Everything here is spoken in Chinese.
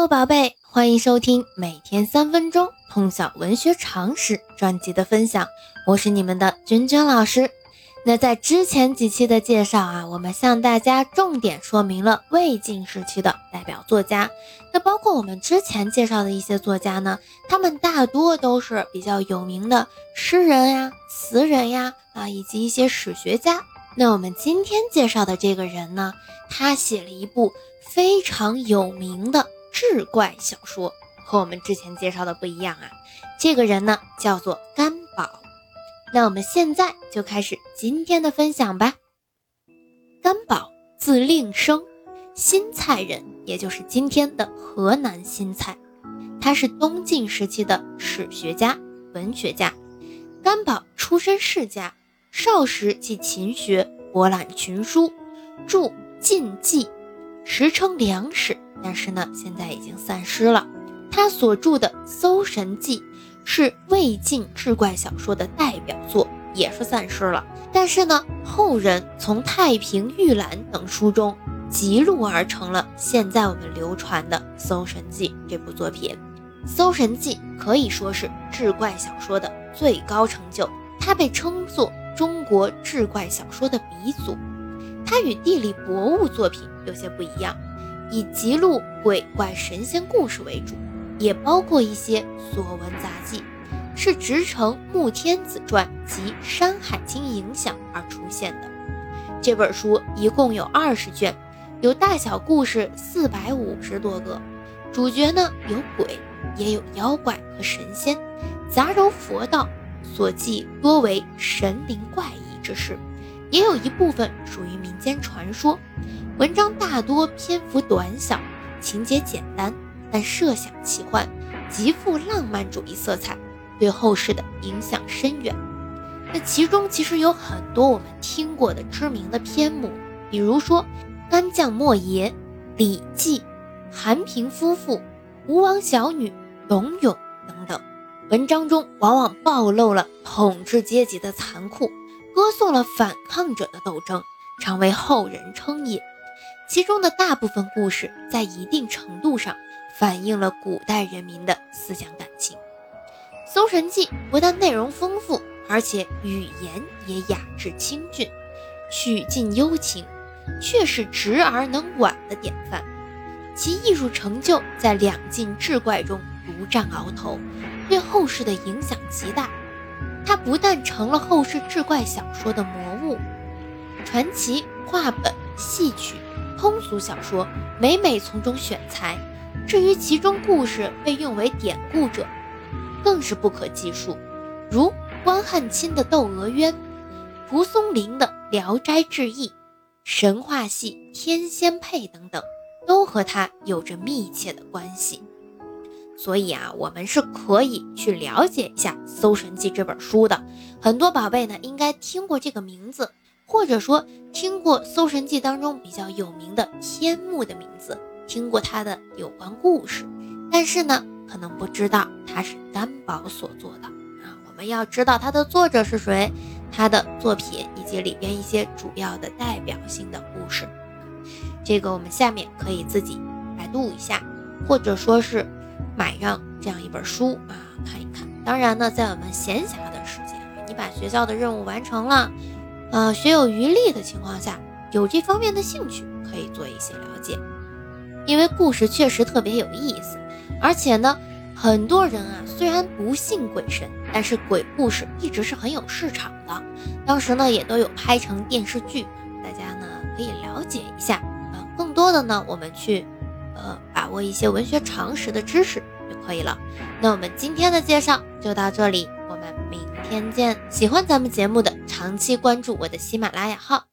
Hello， 宝贝，欢迎收听每天3分钟通晓文学常识专辑的分享，我是你们的君君老师。那在之前几期的介绍啊，我们向大家重点说明了魏晋时期的代表作家。那包括我们之前介绍的一些作家呢，他们大多都是比较有名的诗人呀、词人呀以及一些史学家。那我们今天介绍的这个人呢，他写了一部非常有名的志怪小说，和我们之前介绍的不一样啊。这个人呢叫做甘宝。那我们现在就开始今天的分享吧。甘宝字令生，新蔡人，也就是今天的河南新蔡。他是东晋时期的史学家、文学家。甘宝出身世家，少时即勤学，博览群书，著《晋纪》，时称良史，但是呢现在已经散失了。他所著的《搜神记》是魏晋志怪小说的代表作，也是散失了。但是呢，后人从《太平御览》等书中辑录而成了现在我们流传的《搜神记》这部作品。《搜神记》可以说是志怪小说的最高成就，它被称作中国志怪小说的鼻祖。它与地理博物作品有些不一样，以辑录鬼怪神仙故事为主，也包括一些所闻杂记，是直承穆天子传及《山海经》影响而出现的。这本书一共有20卷，有大小故事450多个，主角呢有鬼，也有妖怪和神仙，杂糅佛道，所记多为神灵怪异之事，也有一部分属于民间传说。文章大多篇幅短小，情节简单，但设想奇幻，极富浪漫主义色彩，对后世的影响深远。那其中其实有很多我们听过的知名的篇目，比如说干将莫邪、李绩、韩平夫妇、吴王小女、龙勇等等。文章中往往暴露了统治阶级的残酷，歌颂了反抗者的斗争，常为后人称引。其中的大部分故事在一定程度上反映了古代人民的思想感情。《搜神记》不但内容丰富，而且语言也雅致清俊，曲尽幽情，却是直而能婉的典范。其艺术成就在两晋志怪中独占鳌头，对后世的影响极大。它不但成了后世志怪小说的魔物，传奇、话本、戏曲、通俗小说每每从中选材，至于其中故事被用为典故者更是不可计数，如关汉卿的《窦娥冤》，蒲松龄的《聊斋志异》，神话系《天仙配》等等，都和它有着密切的关系。所以我们是可以去了解一下《搜神记》这本书的。很多宝贝呢应该听过这个名字，或者说听过《搜神记》当中比较有名的篇目的名字，听过它的有关故事，但是呢可能不知道它是甘宝所做的我们要知道它的作者是谁，他的作品以及里边一些主要的代表性的故事。这个我们下面可以自己百度一下，或者说是买上这样一本书看一看。当然呢，在我们闲暇的时间，你把学校的任务完成了，学有余力的情况下，有这方面的兴趣，可以做一些了解。因为故事确实特别有意思，而且呢，很多人虽然不信鬼神，但是鬼故事一直是很有市场的。当时呢，也都有拍成电视剧，大家呢可以了解一下。更多的呢，我们去把握一些文学常识的知识就可以了。那我们今天的介绍就到这里，我们明天见。喜欢咱们节目的，长期关注我的喜马拉雅号，